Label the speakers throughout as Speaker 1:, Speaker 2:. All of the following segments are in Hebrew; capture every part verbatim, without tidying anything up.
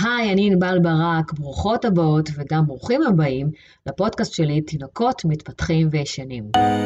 Speaker 1: היי, אני ענבל ברק, ברוכות הבאות וגם ברוכים הבאים לפודקאסט שלי, תינוקות מתפתחים וישנים.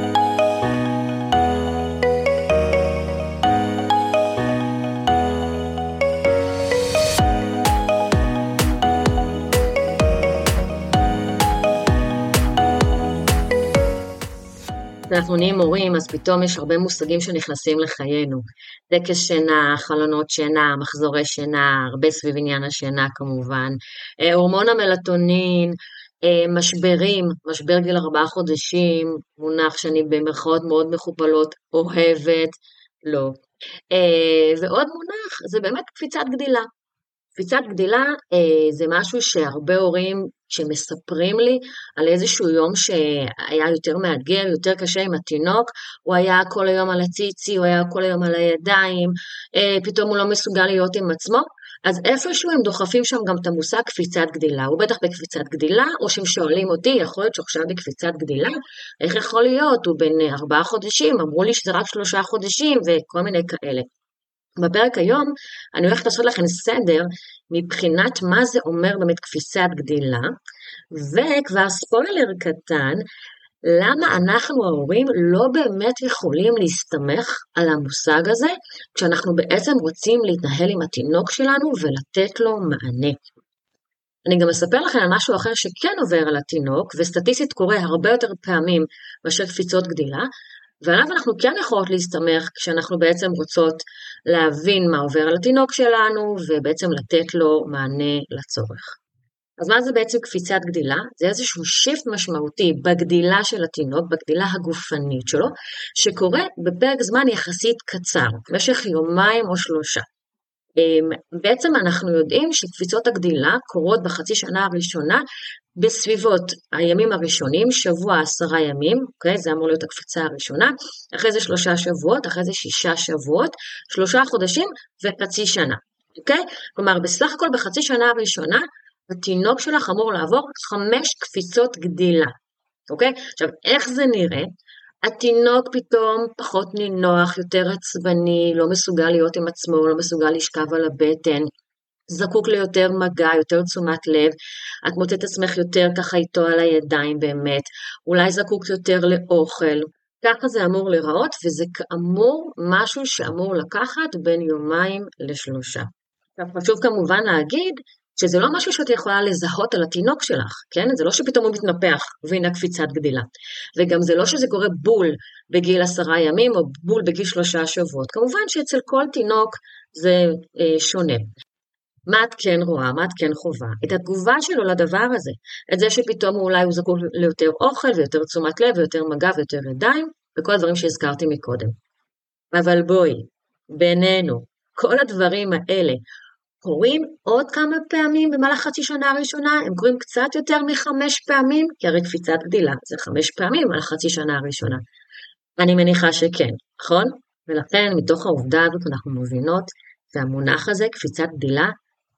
Speaker 1: אנחנו נהיים מורים, אז פתאום יש הרבה מושגים שנכנסים לחיינו. טקס שינה, חלונות שינה, מחזורי שינה, הרבה סביב עניין השינה כמובן, הורמון המלטונין, משברים, משבר גיל ארבעה חודשים, מונח שאני במרכאות מאוד מכופלות, אוהבת, לא. ועוד מונח, זה באמת קפיצת גדילה. קפיצת גדילה אה, זה משהו שהרבה הורים שמספרים לי על איזשהו יום שהיה יותר מאתגר, יותר קשה עם התינוק, הוא היה כל היום על הציצי, הוא היה כל היום על הידיים, אה, פתאום הוא לא מסוגל להיות עם עצמו, אז איפשהו הם דוחפים שם גם את המושג קפיצת גדילה, הוא בטח בקפיצת גדילה, או שהם שואלים אותי, יכול להיות שעכשיו בקפיצת גדילה, איך יכול להיות, הוא בין ארבעה חודשים, אמרו לי שזה רק שלושה חודשים, וכל מיני כאלה. בפרק היום אני הולכת לעשות לכם סדר מבחינת מה זה אומר באמת קפיצת גדילה, וכבר ספוילר קטן, למה אנחנו ההורים לא באמת יכולים להסתמך על המושג הזה, כשאנחנו בעצם רוצים להתנהל עם התינוק שלנו ולתת לו מענה. אני גם אספר לכם על משהו אחר שכן עובר על התינוק, וסטטיסטית קורה הרבה יותר פעמים מאשר קפיצות גדילה, ועליו אנחנו כן יכולות להסתמך כשאנחנו בעצם רוצות להבין מה עובר על התינוק שלנו, ובעצם לתת לו מענה לצורך. אז מה זה בעצם קפיצת גדילה? זה איזשהו שיפט משמעותי בגדילה של התינוק, בגדילה הגופנית שלו, שקורה בפרק זמן יחסית קצר, במשך יומיים או שלושה. בעצם אנחנו יודעים שקפיצות הגדילה קורות בחצי שנה הראשונה, בסביבות הימים הראשונים, שבוע עשרה ימים, אוקיי? זה אמור להיות הקפיצה הראשונה, אחרי זה שלושה שבועות, אחרי זה שישה שבועות, שלושה חודשים וחצי שנה, אוקיי? כלומר, בסך הכל בחצי שנה הראשונה, התינוק שלך אמור לעבור חמש קפיצות גדילה, אוקיי? עכשיו, איך זה נראה? התינוק פתאום פחות נינוח, יותר עצבני, לא מסוגל להיות עם עצמו, לא מסוגל לשכב על הבטן, זקוק ליותר מגע, יותר תשומת לב, את מוצאת עצמך יותר ככה איתו על הידיים באמת, אולי זקוק יותר לאוכל, ככה זה אמור לראות, וזה כאמור משהו שאמור לקחת בין יומיים לשלושה. חשוב כמובן להגיד, שזה לא משהו שאת יכולה לזהות על התינוק שלך, כן? זה לא שפתאום הוא מתנפח והנה קפיצת גדילה. וגם זה לא שזה קורה בול בגיל עשרה ימים או בול בגיל שלושה שבועות. כמובן שאצל כל תינוק זה אה, שונה. מה את כן רואה, מה את כן חובה? את התגובה שלו לדבר הזה. את זה שפתאום אולי הוא זקוק ליותר אוכל ויותר תשומת לב ויותר מגע ויותר ידיים, וכל הדברים שהזכרתי מקודם. אבל בואי, בינינו, כל הדברים האלה, קורים עוד כמה פעמים במהלך חצי שנה הראשונה, הם קורים קצת יותר מחמש פעמים, כי הרי קפיצת גדילה זה חמש פעמים במהלך חצי שנה הראשונה. אני מניחה שכן, נכון? ולכן מתוך העובדה הזאת אנחנו מבינות, והמונח הזה, קפיצת גדילה,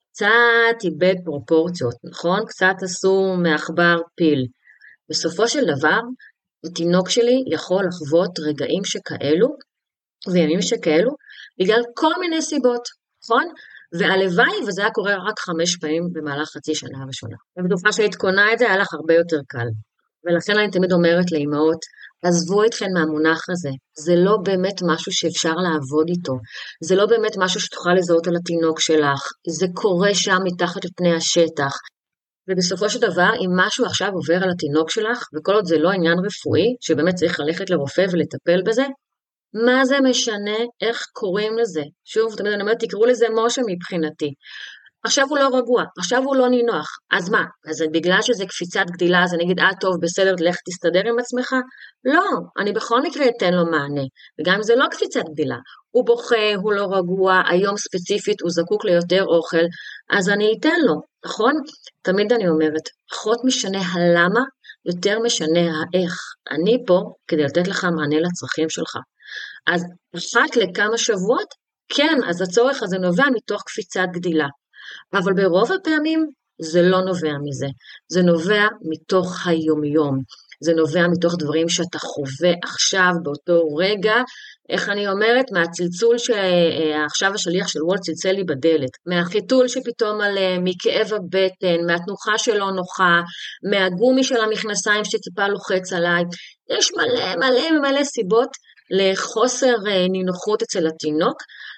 Speaker 1: קצת איבד פרופורציות, נכון? קצת עשו מעכבר פיל. בסופו של דבר, התינוק שלי יכול לחוות רגעים שכאלו, וימים שכאלו, בגלל כל מיני סיבות, נכון? והלוואי, וזה היה קורה רק חמש פעמים במהלך חצי שנה הראשונה. ובתקופה שהיית קונה את זה, היה לך הרבה יותר קל. ולכן אני תמיד אומרת לאמהות, עזבו אתכן מהמונח הזה. זה לא באמת משהו שאפשר לעבוד איתו. זה לא באמת משהו שתוכל לזהות על התינוק שלך. זה קורה שם מתחת לפני השטח. ובסופו של דבר, אם משהו עכשיו עובר על התינוק שלך, וכל עוד זה לא עניין רפואי, שבאמת צריך ללכת לרופא ולטפל בזה, מה זה משנה? איך קוראים לזה? שוב, תמיד אני אומרת, תקראו לזה משה מבחינתי. עכשיו הוא לא רגוע, עכשיו הוא לא נינוח. אז מה? אז בגלל שזה קפיצת גדילה, אז אני אגיד, אה טוב, בסדר, לך תסתדר עם עצמך? לא, אני בכל מקרה אתן לו מענה. וגם אם זה לא קפיצת גדילה, הוא בוכה, הוא לא רגוע, היום ספציפית הוא זקוק ליותר אוכל, אז אני אתן לו, נכון? תמיד אני אומרת, פחות משנה הלמה, יותר משנה האיך. אני פה כדי לתת לך מענה לצרכים שלך. אז אחת לכמה שבועות, כן, אז הצורך הזה נובע מתוך קפיצת גדילה. אבל ברוב הפעמים זה לא נובע מזה. זה נובע מתוך היומיום. זה נובע מתוך דברים שאתה חווה עכשיו, באותו רגע, איך אני אומרת, מהצלצול שעכשיו השליח של וולט צלצל לי בדלת, מהחיתול שפתאום עלה, מכאב הבטן, מהתנוחה שלא נוחה, מהגומי של המכנסיים שטיפה לוחץ עליי, יש מלא מלא מלא סיבות לחוסר נינוחות אצל התינוק,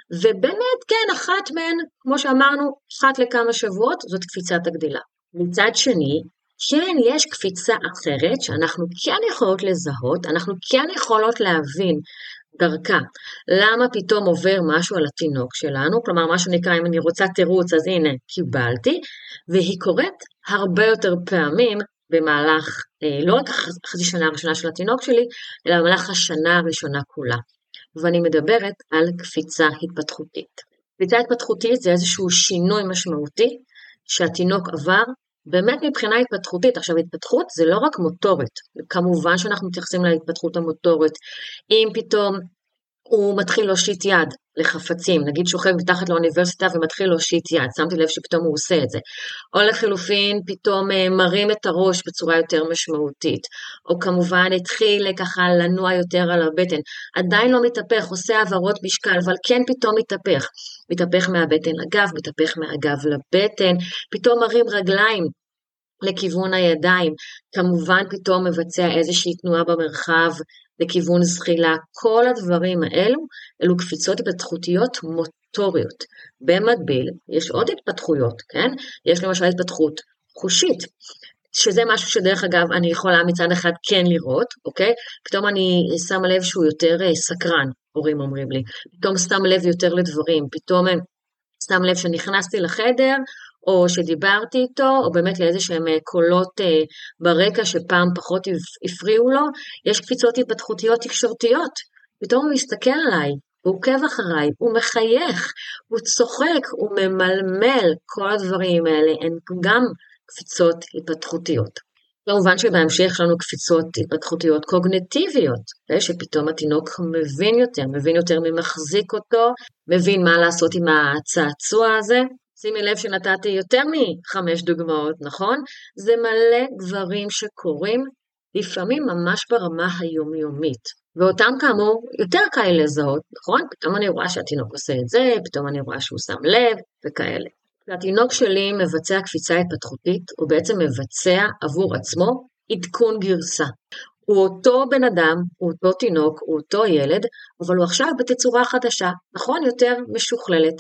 Speaker 1: ובאמת כן, אחת מהן, כמו שאמרנו, אחת לכמה שבועות, זאת קפיצת הגדילה. מצד שני, כן יש קפיצה אחרת, שאנחנו כן יכולות לזהות, אנחנו כן יכולות להבין דרכה, למה פתאום עובר משהו על התינוק שלנו, כלומר מה שנקרא, אם אני רוצה תירוץ, אז הנה, קיבלתי, והיא קורית הרבה יותר פעמים, במהלך, לא רק חצי שנה הראשונה של התינוק שלי, אלא במהלך השנה הראשונה כולה. ואני מדברת על קפיצה התפתחותית. קפיצה התפתחותית זה איזשהו שינוי משמעותי שהתינוק עבר, באמת מבחינה התפתחותית. עכשיו התפתחות זה לא רק מוטורית, כמובן שאנחנו מתייחסים להתפתחות המוטורית, אם פתאום הוא מתחיל להושיט יד לחפצים, נגיד שוכב מתחת לאוניברסיטה ומתחיל להושיט יד, שמתי לב שפתאום הוא עושה את זה, או לחילופין פתאום מרים את הראש בצורה יותר משמעותית, או כמובן התחיל ככה לנוע יותר על הבטן, עדיין לא מתהפך, עושה העברות משקל, אבל כן פתאום מתהפך, מתהפך מהבטן לגב, מתהפך מהגב לבטן, פתאום מרים רגליים לכיוון הידיים, כמובן פתאום מבצע איזושהי תנועה במרחב, לכיוון זחילה, כל הדברים האלו, אלו קפיצות התפתחותיות מוטוריות. במקביל, יש עוד התפתחויות, כן? יש למשל התפתחות חושית, שזה משהו שדרך אגב אני יכולה מצד אחד כן לראות, אוקיי? פתאום אני שם לב שהוא יותר סקרן, הורים אומרים לי, פתאום שם לב יותר לדברים, פתאום שם לב שנכנסתי לחדר, או שדיברתי איתו, או באמת לאיזה שהם קולות אה, ברקע שפעם פחות הפריעו לו, יש קפיצות התפתחותיות תקשורתיות, פתאום הוא מסתכל עליי, הוא עוקב אחריי, הוא מחייך, הוא צוחק, הוא ממלמל, כל הדברים האלה הן גם קפיצות התפתחותיות. כמובן שבהמשך יש לנו קפיצות התפתחותיות קוגניטיביות, שפתאום התינוק מבין יותר, מבין יותר ממחזיק אותו, מבין מה לעשות עם הצעצוע הזה, שימי לב שנתתי יותר מחמש דוגמאות, נכון? זה מלא דברים שקורים, לפעמים ממש ברמה היומיומית. ואותם כאמור, יותר קל לזהות, נכון? פתאום אני רואה שהתינוק עושה את זה, פתאום אני רואה שהוא שם לב, וכאלה. והתינוק שלי מבצע קפיצה התפתחותית, הוא בעצם מבצע עבור עצמו עדכון גרסה. הוא אותו בן אדם, הוא אותו תינוק, הוא אותו ילד, אבל הוא עכשיו בתצורה חדשה, נכון? יותר משוכללת.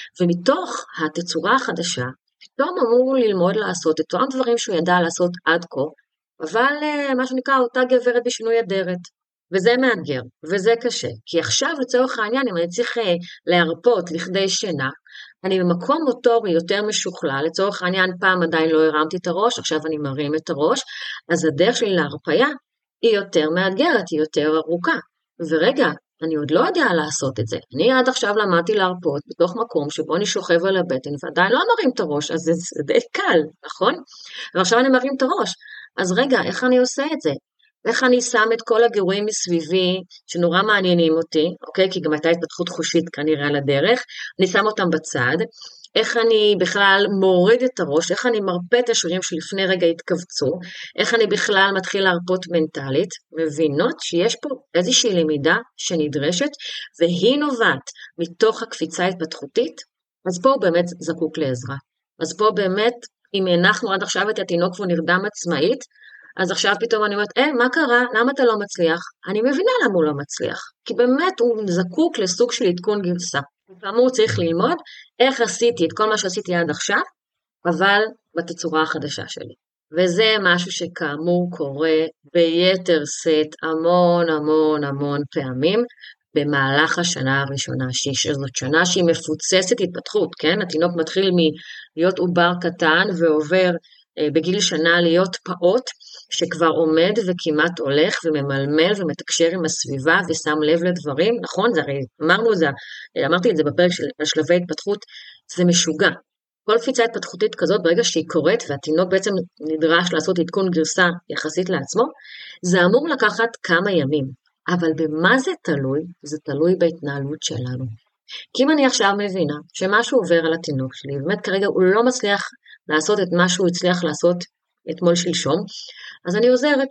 Speaker 1: ומתוך התצורה החדשה, פתאום אמור ללמוד לעשות את אותם דברים שהוא ידע לעשות עד כה, אבל מה שנקרא אותה גברת בשינוי אדרת. וזה מאתגר, וזה קשה. כי עכשיו לצורך העניין, אם אני צריך להרפות לכדי שינה, אני במקום מוטורי יותר משוכלל, לצורך העניין פעם עדיין לא הרמתי את הראש, עכשיו אני מרים את הראש, אז הדרך שלי להרפיה היא יותר מאתגרת, היא יותר ארוכה. ורגע, אני עוד לא יודע לעשות את זה. אני עד עכשיו למדתי להרפות בתוך מקום שבו אני שוכב על הבטן, ועדיין לא מרים את הראש, אז זה, זה די קל, נכון? ועכשיו אני מרים את הראש. אז רגע, איך אני עושה את זה? איך אני שם את כל הגירויים מסביבי, שנורא מעניינים אותי, אוקיי? כי גם הייתה התפתחות חושית כנראה על הדרך, אני שם אותם בצד, איך אני בכלל מוריד את הראש, איך אני מרפא את השרירים שלפני רגע התכווצו, איך אני בכלל מתחיל להרפות מנטלית, מבינות שיש פה איזושהי למידה שנדרשת, והיא נובעת מתוך הקפיצה ההתפתחותית, אז פה הוא באמת זקוק לעזרה. אז פה באמת, אם הנחנו עד עכשיו את התינוק והוא נרדם עצמאית, אז עכשיו פתאום אני אומרת, אה, מה קרה? למה אתה לא מצליח? אני מבינה למה הוא לא מצליח, כי באמת הוא זקוק לסוג של עדכון גרסה. כאמור הוא צריך ללמוד איך עשיתי את כל מה שעשיתי עד עכשיו, אבל בתצורה החדשה שלי. וזה משהו שכאמור קורה ביתר סט המון המון המון פעמים, במהלך השנה הראשונה, שזאת שנה שהיא מפוצצת התפתחות, כן? התינוק מתחיל מלהיות עובר קטן ועובר בגיל שנה להיות פעוט, שכבר עומד וכמעט הולך וממלמל ומתקשר עם הסביבה ושם לב לדברים, נכון? זה הרי אמרנו זה, אמרתי את זה בפרק של שלבי התפתחות, זה משוגע. כל קפיצה התפתחותית כזאת, ברגע שהיא קורית והתינוק בעצם נדרש לעשות עדכון גרסה יחסית לעצמו, זה אמור לקחת כמה ימים. אבל במה זה תלוי? זה תלוי בהתנהלות שלנו. כי אם אני עכשיו מבינה שמשהו עובר על התינוק שלי, באמת כרגע הוא לא מצליח לעשות את מה שהוא הצליח לעשות אתמול שלשום, אז אני עוזרת לו,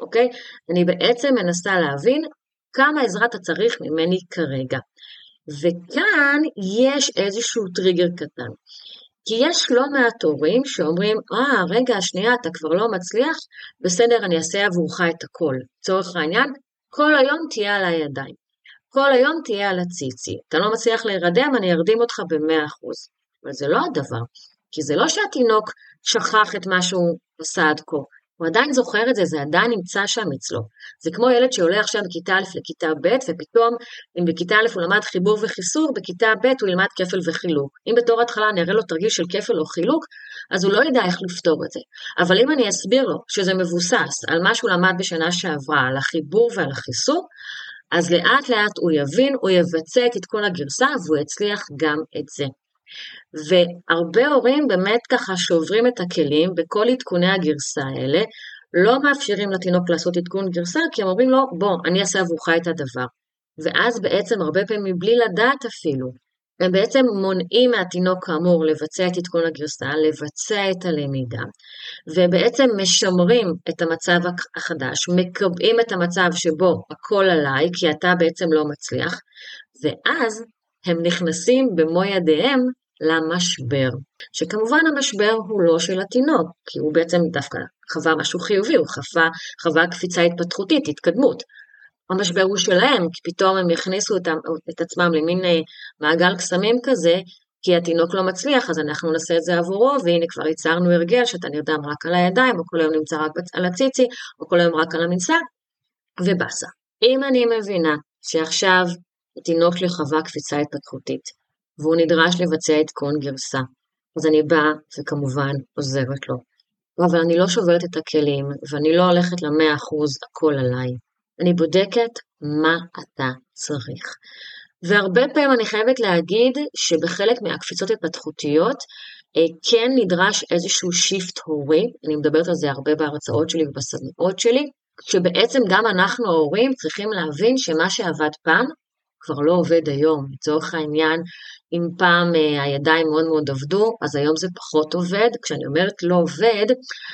Speaker 1: אוקיי? אני בעצם מנסה להבין כמה עזרה אתה צריך ממני כרגע. וכאן יש איזשהו טריגר קטן. כי יש לא מעט הורים שאומרים, אה, רגע, שנייה, אתה כבר לא מצליח, בסדר, אני אעשה עבורך את הכל. צורך העניין, כל היום תהיה על הידיים. כל היום תהיה על הציצי. אתה לא מצליח להירדם, אני ארדים אותך ב-מאה אחוז. אבל זה לא הדבר, כי זה לא שהתינוק שכח את מה שהוא עשה עד כה. הוא עדיין זוכר את זה, זה עדיין נמצא שם אצלו. זה כמו ילד שעולה עכשיו בכיתה א' לכיתה ב', ופתאום אם בכיתה א' הוא למד חיבור וחיסור, בכיתה ב' הוא ילמד כפל וחילוק. אם בתור התחלה אני אראה לו תרגיל של כפל או חילוק, אז הוא לא ידע איך לפתור את זה. אבל אם אני אסביר לו שזה מבוסס על מה שהוא למד בשנה שעברה, על החיבור ועל החיסור, אז לאט לאט הוא יבין, הוא יבצע את כל הגרסה, והוא יצליח גם את זה. והרבה הורים באמת ככה שוברים את הכלים בכל עדכוני הגרסה האלה, לא מאפשרים לתינוק לעשות עדכון גרסה, כי הם אומרים לו, בוא, אני אעשה עבורך את הדבר. ואז בעצם הרבה פעמים מבלי לדעת אפילו, הם בעצם מונעים מהתינוק כאמור לבצע את עדכון הגרסה, לבצע את הלמידה, ובעצם משמרים את המצב החדש, מקבעים את המצב שבו הכל עליי, כי אתה בעצם לא מצליח, ואז הם נכנסים במו ידיהם למשבר, שכמובן המשבר הוא לא של התינוק, כי הוא בעצם דווקא חווה משהו חיובי, הוא חווה, חווה קפיצה התפתחותית, התקדמות. המשבר הוא שלהם, כי פתאום הם יכניסו את, את עצמם למין מעגל קסמים כזה, כי התינוק לא מצליח, אז אנחנו נעשה את זה עבורו, והנה כבר ייצרנו הרגל שאתה נרדם רק על הידיים, או כל היום נמצא רק על הציצי, או כל היום רק על המנסה, ובסה. אם אני מבינה שעכשיו התינוק שלי חווה קפיצה התפתחותית, והוא נדרש לבצע עדכון גרסה, אז אני באה וכמובן עוזרת לו. אבל אני לא שוברת את הכלים, ואני לא הולכת למאה אחוז הכל עליי. אני בודקת מה אתה צריך. והרבה פעמים אני חייבת להגיד שבחלק מהקפיצות התפתחותיות, כן נדרש איזשהו שיפט הורי, אני מדברת על זה הרבה בהרצאות שלי ובסדנאות שלי, שבעצם גם אנחנו ההורים צריכים להבין שמה שעבד פעם, כבר לא עובד היום. לצורך העניין, אם פעם הידיים מאוד מאוד עבדו, אז היום זה פחות עובד. כשאני אומרת לא עובד,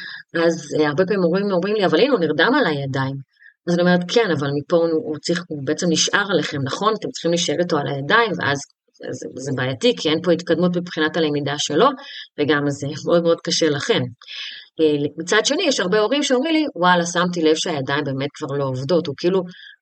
Speaker 1: אז הרבה פעמים אומרים, אומרים לי, אבל הנה הוא נרדם על הידיים. אז אני אומרת, כן, אבל מפה הוא, הוא, צריך, הוא בעצם נשאר עליכם, נכון? אתם צריכים להישאר איתו על הידיים, ואז זה, זה בעייתי, כי אין פה התקדמות מבחינת הלמידה שלו, וגם זה מאוד מאוד קשה לכם. מצד שני, יש הרבה הורים שאומרים לי, וואלה, שמתי לב שהידיים באמת כבר לא עובדות, הוא כאילו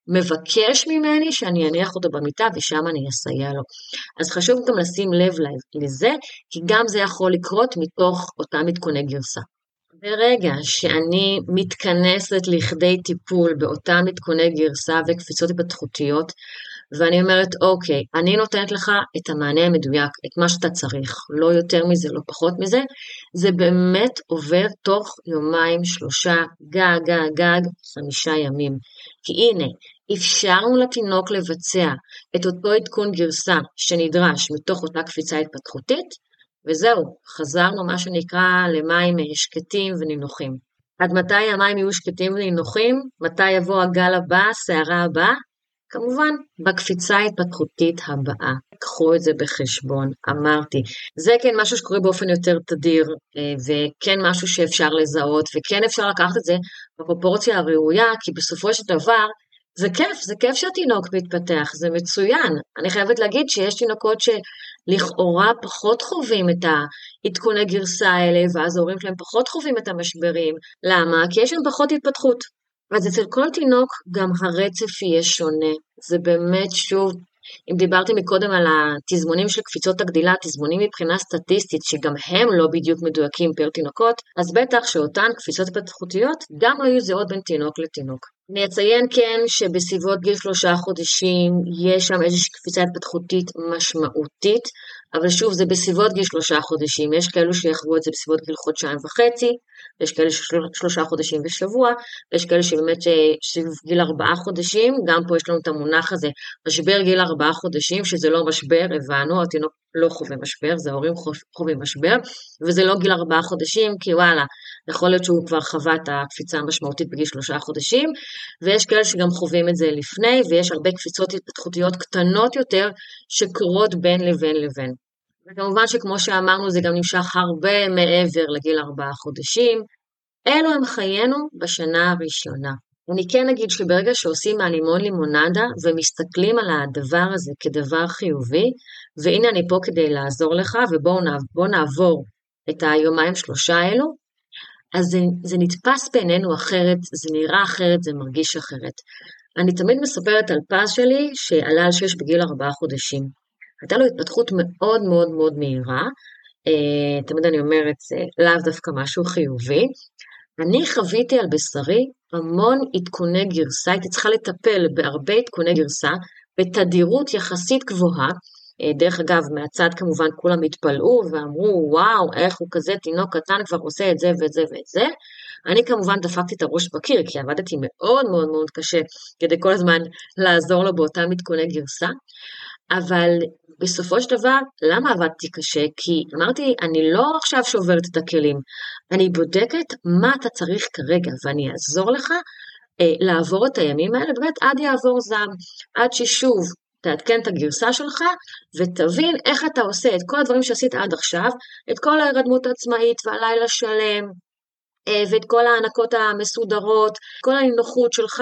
Speaker 1: מבקש ממני שאני אניח אותו במיטה, ושם אני אסייע לו. אז חשוב גם לשים לב לזה, כי גם זה יכול לקרות מתוך אותם עדכוני גרסה. ברגע שאני מתכנסת לכדי טיפול באותם עדכוני גרסה וקפיצות התפתחותיות, ואני אומרת, אוקיי, אני נותנת לך את המענה המדויק, את מה שאתה צריך, לא יותר מזה, לא פחות מזה, זה באמת עובר תוך יומיים, שלושה, גג, גג, גג, חמישה ימים. כי הנה, אפשרנו לתינוק לבצע את אותו עדכון גרסה שנדרש מתוך אותה קפיצה התפתחותית, וזהו, חזרנו מה שנקרא למים שקטים ונינוחים. עד מתי המים יהיו שקטים ונינוחים? מתי יבוא הגל הבא, הסערה הבאה? כמובן, בקפיצה ההתפתחותית הבאה. קחו את זה בחשבון, אמרתי. זה כן משהו שקורה באופן יותר תדיר, וכן משהו שאפשר לזהות, וכן אפשר לקחת את זה בפרופורציה הראויה, כי בסופו של דבר, זה כיף, זה כיף שהתינוק מתפתח, זה מצוין. אני חייבת להגיד שיש תינוקות שלכאורה פחות חווים את העדכוני גרסה האלה, ואז ההורים שלהם פחות חווים את המשברים. למה? כי יש להם פחות התפתחות. אז אצל כל תינוק גם הרצף יהיה שונה. זה באמת שוב, אם דיברתי מקודם על התזמונים של קפיצות הגדילה, תזמונים מבחינה סטטיסטית, שגם הם לא בדיוק מדויקים פר תינוקות, אז בטח שאותן קפיצות התפתחותיות גם לא יהיו זהות בין תינוק לתינוק. אני אציין כן שבסביבות גיל שלושה חודשים יש שם איזושהי קפיצה התפתחותית משמעותית, אבל שוב זה בסביבות גיל שלושה חודשים, יש כאלו שיחוו את זה בסביבות גיל חודשיים וחצי, יש כאלה שלושה חודשים ושבוע, יש כאלה שבאמת שגיל ארבעה חודשים, גם פה יש לנו את המונח הזה, משבר גיל ארבעה חודשים, שזה לא משבר, הבנו, התינוק לא חווה משבר, זה ההורים חווים משבר, וזה לא גיל ארבעה חודשים, כי וואלה, יכול להיות שהוא כבר חווה את הקפיצה המשמעותית בגיל שלושה חודשים, ויש כאלה שגם חווים את זה לפני, ויש הרבה קפיצות התפתחותיות קטנות יותר, שקורות בין לבין לבין. וכמובן שכמו שאמרנו, זה גם נמשך הרבה מעבר לגיל ארבעה חודשים, אלו הם חיינו בשנה הראשונה. אני כן אגיד שברגע שעושים מהלימון לימונדה ומסתכלים על הדבר הזה כדבר חיובי, והנה אני פה כדי לעזור לך, ובואו נעבור את היומיים שלושה האלו, אז זה, זה נתפס בעינינו אחרת, זה נראה אחרת, זה מרגיש אחרת. אני תמיד מספרת על פז שלי שעלה על שש בגיל ארבעה חודשים. הייתה לו התפתחות מאוד מאוד מאוד מהירה, אה, תמיד אני אומרת, זה לאו דווקא משהו חיובי. אני חוויתי על בשרי המון עדכוני גרסה, הייתי צריכה לטפל בהרבה עדכוני גרסה, בתדירות יחסית גבוהה, דרך אגב, מהצד כמובן כולם התפלאו ואמרו, וואו, איך הוא כזה תינוק קטן כבר עושה את זה ואת זה ואת זה. אני כמובן דפקתי את הראש בקיר, כי עבדתי מאוד מאוד מאוד קשה, כדי כל הזמן לעזור לו באותם עדכוני גרסה, אבל בסופו של דבר, למה עבדתי קשה? כי אמרתי, אני לא עכשיו שוברת את הכלים, אני בודקת מה אתה צריך כרגע, ואני אעזור לך אה, לעבור את הימים האלה, באמת עד יעבור זעם, עד ששוב, תעדכן את הגרסה שלך, ותבין איך אתה עושה את כל הדברים שעשית עד עכשיו, את כל ההירדמות העצמאית והלילה שלם, ואת כל הענקות המסודרות, כל הנינוחות שלך,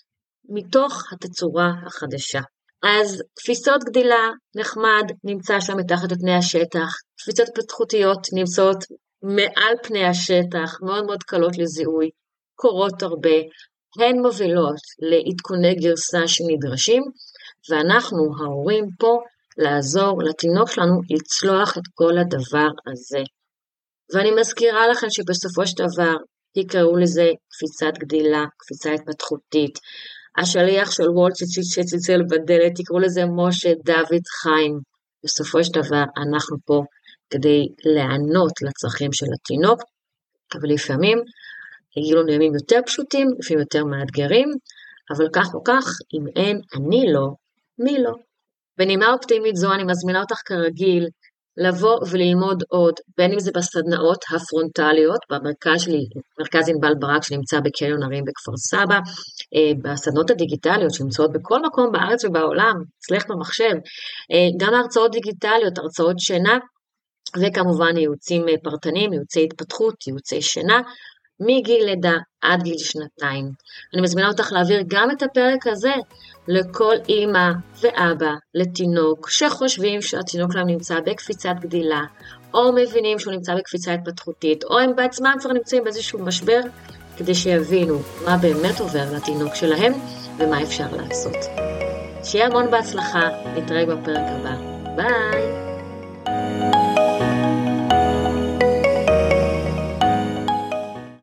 Speaker 1: מתוך התצורה החדשה. אז תפיסות גדילה, נחמד, נמצא שם מתחת לפני השטח, תפיסות התפתחותיות נמצאות מעל פני השטח, מאוד מאוד קלות לזיהוי, קורות הרבה, הן מובילות לעדכוני גרסה שנדרשים, ואנחנו, ההורים פה, לעזור לתינוק שלנו לצלוח את כל הדבר הזה. ואני מזכירה לכם שבסופו של דבר, יקראו לזה קפיצת גדילה, קפיצה התפתחותית. השליח של וולט שצלצל בדלת, יקראו לזה משה דוד חיים. בסופו של דבר, אנחנו פה כדי לענות לצרכים של התינוק, אבל לפעמים יהיו לנו ימים יותר פשוטים, לפעמים יותר מאתגרים, אבל כך או כך, אם אין אני לא, מי לא? בנימה אופטימית זו אני מזמינה אותך כרגיל לבוא וללמוד עוד, בין אם זה בסדנאות הפרונטליות, במרכז שלי, מרכז ענבל ברק שנמצא בקריון הרים בכפר סבא, בסדנאות הדיגיטליות שנמצאות בכל מקום בארץ ובעולם, אצלך במחשב, גם הרצאות דיגיטליות, הרצאות שינה, וכמובן ייעוצים פרטניים, ייעוצי התפתחות, ייעוצי שינה, מגיל לידה עד גיל שנתיים. אני מזמינה אותך להעביר גם את הפרק הזה לכל אמא ואבא לתינוק שחושבים שהתינוק להם נמצא בקפיצת גדילה, או מבינים שהוא נמצא בקפיצה התפתחותית, או הם בעצמם כבר נמצאים באיזשהו משבר, כדי שיבינו מה באמת עובר לתינוק שלהם ומה אפשר לעשות. שיהיה המון בהצלחה, נתראה בפרק הבא. ביי!